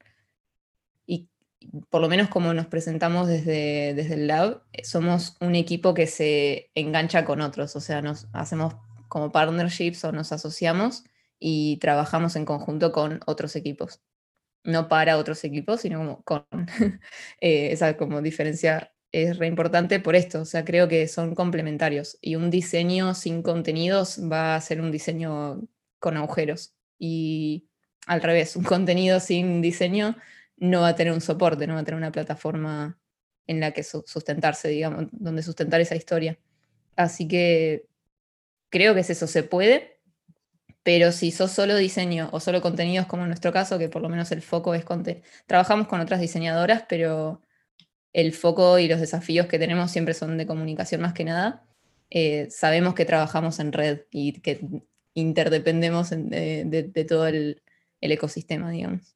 y por lo menos como nos presentamos desde, desde el lab, eh, somos un equipo que se engancha con otros, o sea, nos hacemos como partnerships o nos asociamos y trabajamos en conjunto con otros equipos. No para otros equipos, sino como con. Eh, esa como diferencia es re importante por esto, o sea, creo que son complementarios y un diseño sin contenidos va a ser un diseño con agujeros y al revés, un contenido sin diseño no va a tener un soporte, no va a tener una plataforma en la que su- sustentarse, digamos, donde sustentar esa historia. Así que creo que es eso, se puede, pero si sos solo diseño o solo contenidos, como en nuestro caso, que por lo menos el foco es conte- trabajamos con otras diseñadoras, pero el foco y los desafíos que tenemos siempre son de comunicación más que nada. Eh, sabemos que trabajamos en red y que interdependemos en- de, de- de todo el, el ecosistema, digamos.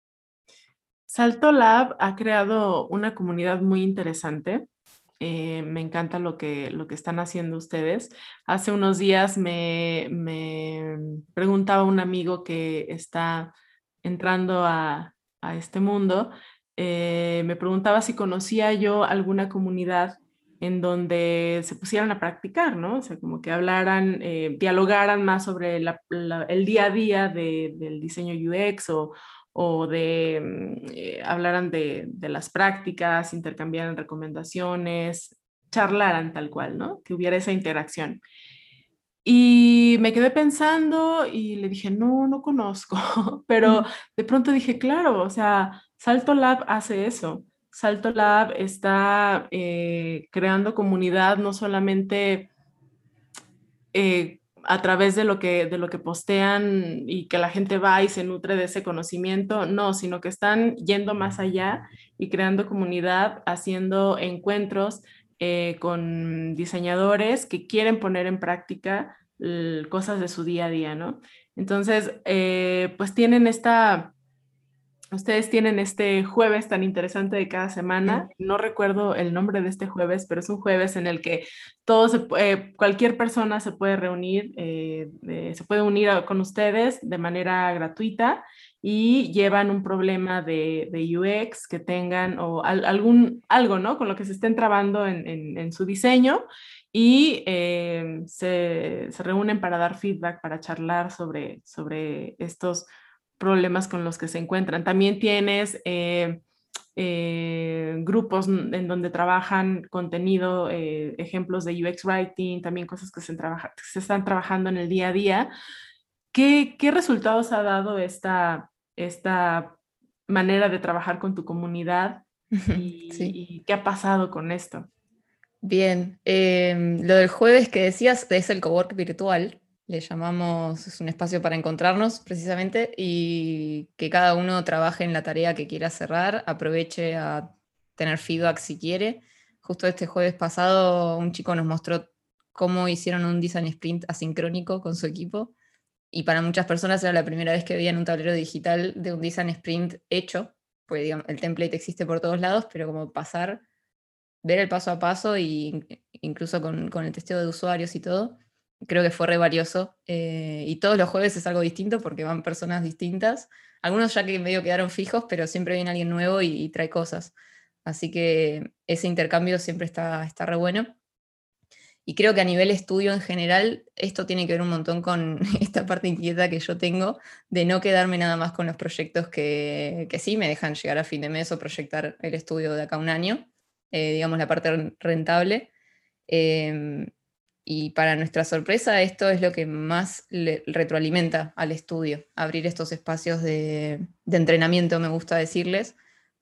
Salto Lab ha creado una comunidad muy interesante. Eh, me encanta lo que, lo que están haciendo ustedes. Hace unos días me, me preguntaba un amigo que está entrando a, a este mundo, eh, me preguntaba si conocía yo alguna comunidad en donde se pusieran a practicar, ¿no? O sea, como que hablaran, eh, dialogaran más sobre la- la- el día a día de- del diseño U X o o de mm, eh, hablaran de, de las prácticas, intercambiaran recomendaciones, charlaran tal cual, ¿no? Que hubiera esa interacción. Y me quedé pensando y le dije, no, no conozco, pero Mm. de pronto dije, claro, o sea, Salto Lab hace eso. Salto Lab está eh, creando comunidad no solamente eh, a través de lo que, de lo que postean y que la gente va y se nutre de ese conocimiento, no, sino que están yendo más allá y creando comunidad, haciendo encuentros eh, con diseñadores que quieren poner en práctica l- cosas de su día a día, ¿no? Entonces, eh, pues tienen esta ustedes tienen este jueves tan interesante de cada semana. Mm. No recuerdo el nombre de este jueves, pero es un jueves en el que todos, se pu- eh, cualquier persona se puede reunir, eh, eh, se puede unir a- con ustedes de manera gratuita y llevan un problema de, de U X que tengan o al- algún algo, ¿no? Con lo que se estén trabando en, en- en su diseño y eh, se, se reúnen para dar feedback, para charlar sobre, sobre estos problemas con los que se encuentran. También tienes eh, eh, grupos en donde trabajan contenido, eh, ejemplos de U X Writing, también cosas que se, trabaja, que se están trabajando en el día a día. ¿Qué, qué resultados ha dado esta, esta manera de trabajar con tu comunidad y, Sí. y qué ha pasado con esto? Bien, em, lo del jueves que decías es el cowork virtual, le llamamos, es un espacio para encontrarnos precisamente y que cada uno trabaje en la tarea que quiera cerrar, aproveche a tener feedback si quiere. Justo este jueves pasado un chico nos mostró cómo hicieron un design sprint asincrónico con su equipo y para muchas personas era la primera vez que veían un tablero digital de un design sprint hecho, pues digamos, el template existe por todos lados, pero como pasar ver el paso a paso y incluso con, con el testeo de usuarios y todo, creo que fue re valioso. Eh, y todos los jueves es algo distinto porque van personas distintas. Algunos ya que medio quedaron fijos, pero siempre viene alguien nuevo y, y trae cosas. Así que ese intercambio siempre está, está re bueno. y creo que a nivel estudio en general, esto tiene que ver un montón con esta parte inquieta que yo tengo, de no quedarme nada más con los proyectos que, que sí me dejan llegar a fin de mes o proyectar el estudio de acá a un año, eh, digamos la parte rentable. Eh, y para nuestra sorpresa, esto es lo que más le retroalimenta al estudio, abrir estos espacios de, de entrenamiento, me gusta decirles,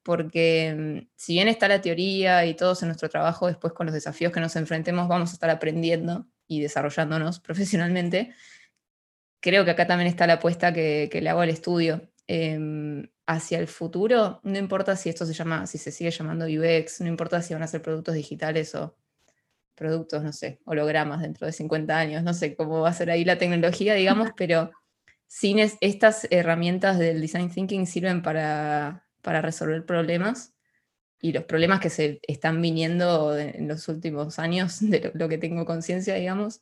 porque si bien está la teoría y todos en nuestro trabajo, después con los desafíos que nos enfrentemos vamos a estar aprendiendo y desarrollándonos profesionalmente, creo que acá también está la apuesta que, que le hago al estudio. Eh, hacia el futuro, no importa si esto se llama, si se sigue llamando U X, no importa si van a ser productos digitales o productos, no sé, hologramas dentro de cincuenta años, no sé cómo va a ser ahí la tecnología, digamos, pero sin es, estas herramientas del design thinking sirven para, para resolver problemas, y los problemas que se están viniendo en los últimos años, de lo, lo que tengo conciencia, digamos,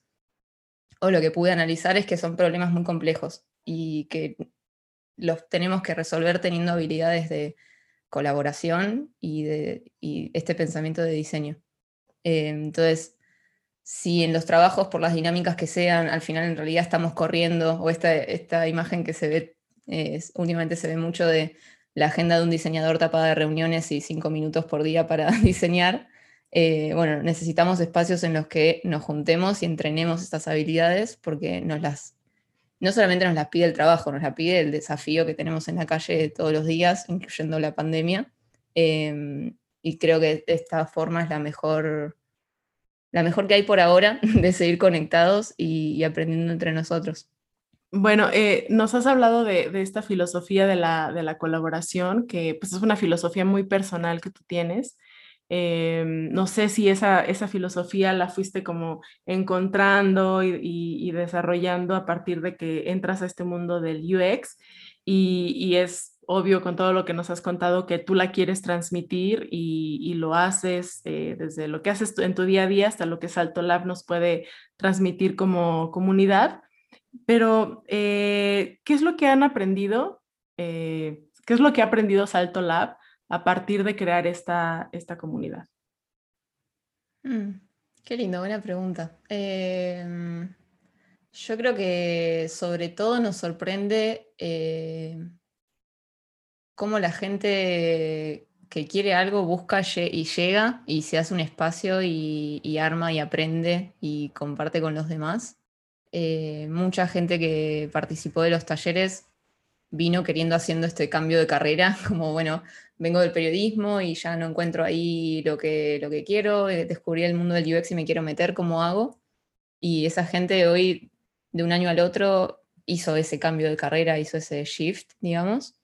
o lo que pude analizar es que son problemas muy complejos y que los tenemos que resolver teniendo habilidades de colaboración y, de, y este pensamiento de diseño. Eh, entonces, si en los trabajos, por las dinámicas que sean, al final en realidad estamos corriendo, o esta, esta imagen que se ve, eh, últimamente se ve mucho de la agenda de un diseñador tapada de reuniones y cinco minutos por día para diseñar, eh, bueno, necesitamos espacios en los que nos juntemos y entrenemos estas habilidades, porque nos las, no solamente nos las pide el trabajo, nos las pide el desafío que tenemos en la calle todos los días, incluyendo la pandemia, eh, y creo que de esta forma es la mejor la mejor que hay por ahora de seguir conectados y, y aprendiendo entre nosotros. Bueno, eh, nos has hablado de, de esta filosofía de la, de la colaboración, que pues, es una filosofía muy personal que tú tienes. Eh, no sé si esa, esa filosofía la fuiste como encontrando y, y- y desarrollando a partir de que entras a este mundo del U X y, y es obvio con todo lo que nos has contado que tú la quieres transmitir y, y lo haces eh, desde lo que haces tú en tu día a día hasta lo que Salto Lab nos puede transmitir como comunidad. Pero, eh, ¿qué es lo que han aprendido? Eh, ¿qué es lo que ha aprendido Salto Lab a partir de crear esta, esta comunidad? Mm, qué lindo, buena pregunta. Eh, yo creo que sobre todo nos sorprende eh, cómo la gente que quiere algo busca lle- y llega y se hace un espacio y, y arma y aprende y comparte con los demás. Eh, mucha gente que participó de los talleres vino queriendo haciendo este cambio de carrera, como bueno, vengo del periodismo y ya no encuentro ahí lo que, lo que quiero, eh, descubrí el mundo del U X y me quiero meter, ¿cómo hago? Y esa gente hoy, de un año al otro, hizo ese cambio de carrera, hizo ese shift, digamos.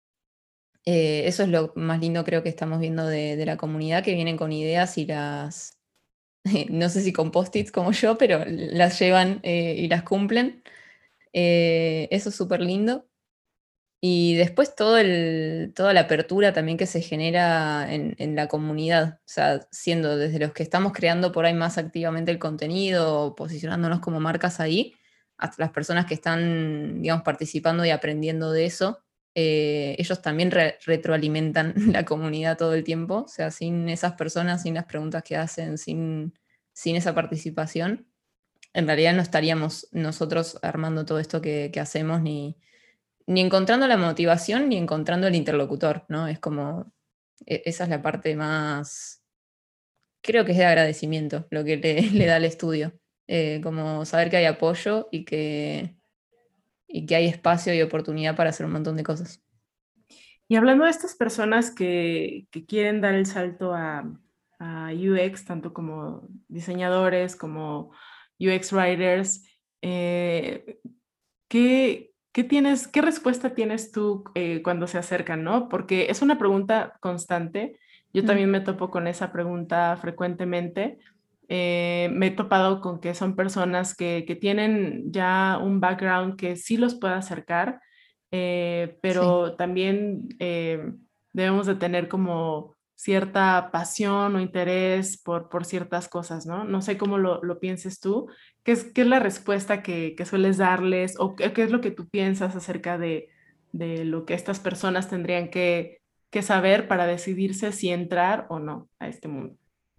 Eh, eso es lo más lindo creo que estamos viendo de, de la comunidad, que vienen con ideas y las, no sé si con post-its como yo, pero las llevan eh, y las cumplen. Eh, eso es súper lindo. Y después todo el, toda la apertura también que se genera en, en la comunidad, o sea, siendo desde los que estamos creando por ahí más activamente el contenido, posicionándonos como marcas ahí, hasta las personas que están, digamos, participando y aprendiendo de eso, eh, ellos también re- retroalimentan la comunidad todo el tiempo, o sea, sin esas personas, sin las preguntas que hacen, sin, sin esa participación, en realidad no estaríamos nosotros armando todo esto que, que hacemos ni ni encontrando la motivación ni encontrando el interlocutor, ¿no? Es como, e- esa es la parte más, creo que es de agradecimiento lo que le, le da al estudio. Eh, como saber que hay apoyo y que, y que hay espacio y oportunidad para hacer un montón de cosas. Y hablando de estas personas que, que quieren dar el salto a, a U X, tanto como diseñadores, como U X writers, eh, ¿qué, qué tienes, qué respuesta tienes tú eh, cuando se acercan, ¿no? Porque es una pregunta constante. Yo Mm, también me topo con esa pregunta frecuentemente. Eh, me he topado con que son personas que, que tienen ya un background que sí los puede acercar, eh, sí. pero también eh, debemos de tener como cierta pasión o interés por, por ciertas cosas, ¿no? No sé cómo lo, lo pienses tú. ¿Qué es, qué es la respuesta que, que sueles darles o qué, qué es lo que tú piensas acerca de, de lo que estas personas tendrían que, que saber para decidirse si entrar o no a este mundo?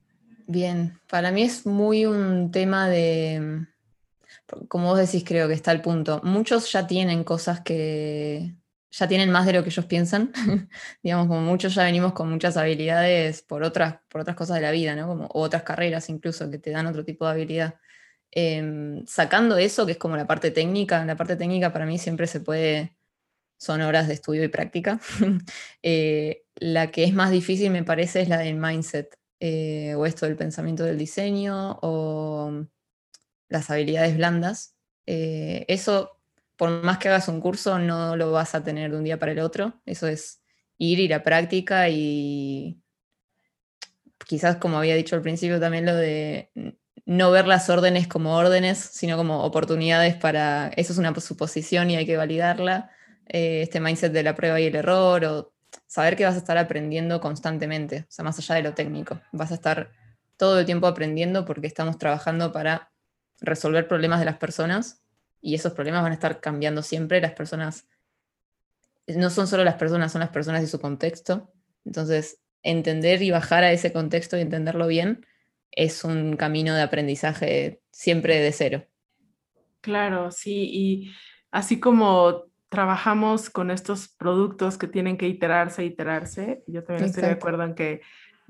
Bien, para mí es muy un tema de, como vos decís, creo que está el punto. Muchos ya tienen cosas que ya tienen más de lo que ellos piensan. Digamos, como muchos ya venimos con muchas habilidades por otras, por otras cosas de la vida, ¿no? Como, o otras carreras incluso que te dan otro tipo de habilidad. Eh, sacando eso, que es como la parte técnica, la parte técnica para mí siempre se puede, son horas de estudio y práctica. Eh, la que es más difícil me parece es la del mindset, eh, o esto del pensamiento del diseño, o las habilidades blandas. Eh, eso, por más que hagas un curso, no lo vas a tener de un día para el otro. Eso es ir, ir a práctica y quizás, como había dicho al principio, también lo de no ver las órdenes como órdenes, sino como oportunidades para, eso es una suposición y hay que validarla, eh, este mindset de la prueba y el error, o saber que vas a estar aprendiendo constantemente, o sea, más allá de lo técnico, vas a estar todo el tiempo aprendiendo porque estamos trabajando para resolver problemas de las personas y esos problemas van a estar cambiando siempre, las personas no son solo las personas, son las personas y su contexto, entonces entender y bajar a ese contexto y entenderlo bien es un camino de aprendizaje siempre de cero. Claro, sí, y así como trabajamos con estos productos que tienen que iterarse, iterarse, yo también estoy de Exacto. acuerdo en que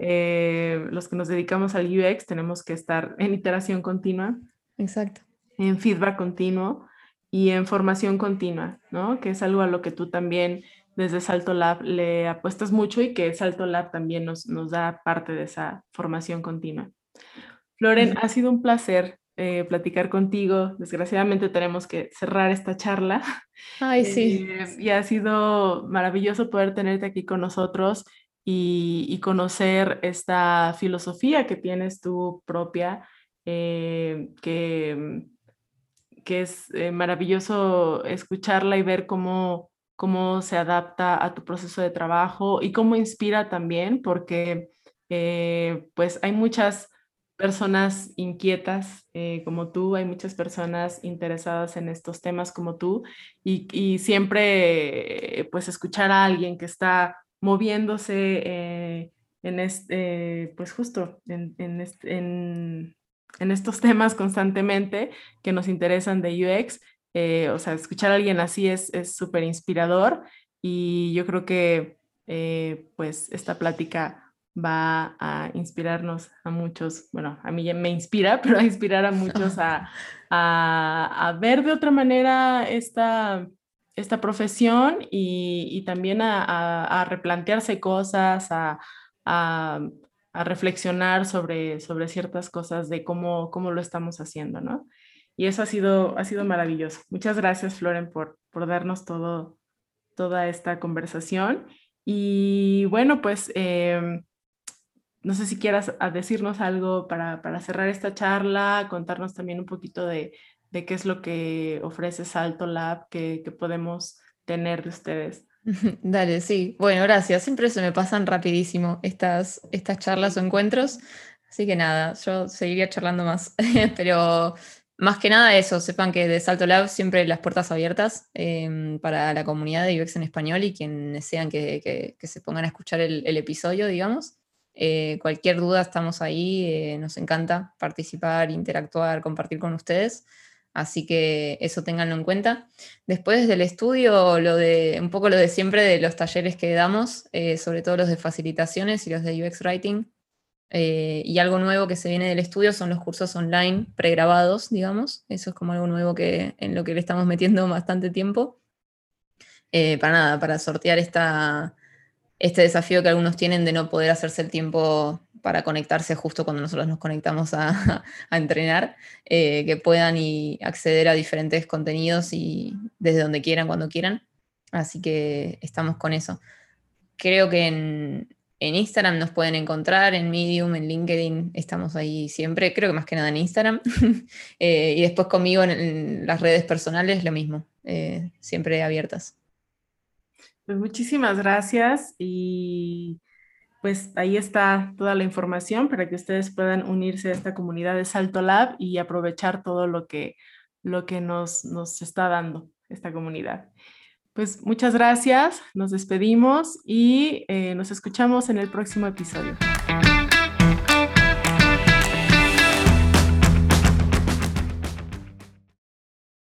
eh, los que nos dedicamos al U X tenemos que estar en iteración continua, Exacto. en feedback continuo y en formación continua, ¿no? Que es algo a lo que tú también desde Salto Lab le apuestas mucho y que Salto Lab también nos, nos da parte de esa formación continua. Floren, ha sido un placer eh, platicar contigo. Desgraciadamente tenemos que cerrar esta charla. Ay, sí. Eh, y ha sido maravilloso poder tenerte aquí con nosotros y, y conocer esta filosofía que tienes tú propia, eh, que, que es eh, maravilloso escucharla y ver cómo, cómo se adapta a tu proceso de trabajo y cómo inspira también, porque eh, pues hay muchas personas inquietas eh, como tú, hay muchas personas interesadas en estos temas como tú y, y siempre eh, pues escuchar a alguien que está moviéndose eh, en este, pues justo en, en, este, en, en estos temas constantemente que nos interesan de U X. Eh, o sea, escuchar a alguien así es súper inspirador y yo creo que eh, pues esta plática va a inspirarnos a muchos, bueno, a mí ya me inspira, pero a inspirar a muchos a, a, a ver de otra manera esta, esta profesión y, y también a, a, a, replantearse cosas, a, a, a reflexionar sobre, sobre ciertas cosas de cómo, cómo lo estamos haciendo, ¿no? Y eso ha sido, ha sido maravilloso. Muchas gracias, Floren, por, por darnos todo, toda esta conversación. Y bueno, pues eh, no sé si quieras a decirnos algo para, para cerrar esta charla, contarnos también un poquito de, de qué es lo que ofrece Salto Lab, que, que podemos tener de ustedes. Dale, sí. Bueno, gracias. Siempre se me pasan rapidísimo estas, estas charlas o encuentros. Así que nada, yo seguiría charlando más. Pero más que nada eso, sepan que de Salto Lab siempre las puertas abiertas eh, para la comunidad de U X en español y quienes sean que, que, que se pongan a escuchar el, el episodio, digamos. Eh, cualquier duda estamos ahí, eh, nos encanta participar, interactuar, compartir con ustedes. Así que eso ténganlo en cuenta. Después del estudio, lo de, un poco lo de siempre de los talleres que damos, eh, sobre todo los de facilitaciones y los de U X Writing. Eh, y algo nuevo que se viene del estudio son los cursos online pregrabados, digamos. Eso es como algo nuevo que, en lo que le estamos metiendo bastante tiempo. Eh, para nada, para sortear esta, este desafío que algunos tienen de no poder hacerse el tiempo para conectarse justo cuando nosotros nos conectamos a, a entrenar, eh, que puedan y acceder a diferentes contenidos y desde donde quieran, cuando quieran. Así que estamos con eso. Creo que en, en Instagram nos pueden encontrar, en Medium, en LinkedIn, estamos ahí siempre, creo que más que nada en Instagram. eh, y después conmigo en, en, las redes personales, lo mismo, eh, siempre abiertas. Pues muchísimas gracias y pues ahí está toda la información para que ustedes puedan unirse a esta comunidad de Salto Lab y aprovechar todo lo que, lo que nos, nos está dando esta comunidad. Pues muchas gracias, nos despedimos y eh, nos escuchamos en el próximo episodio.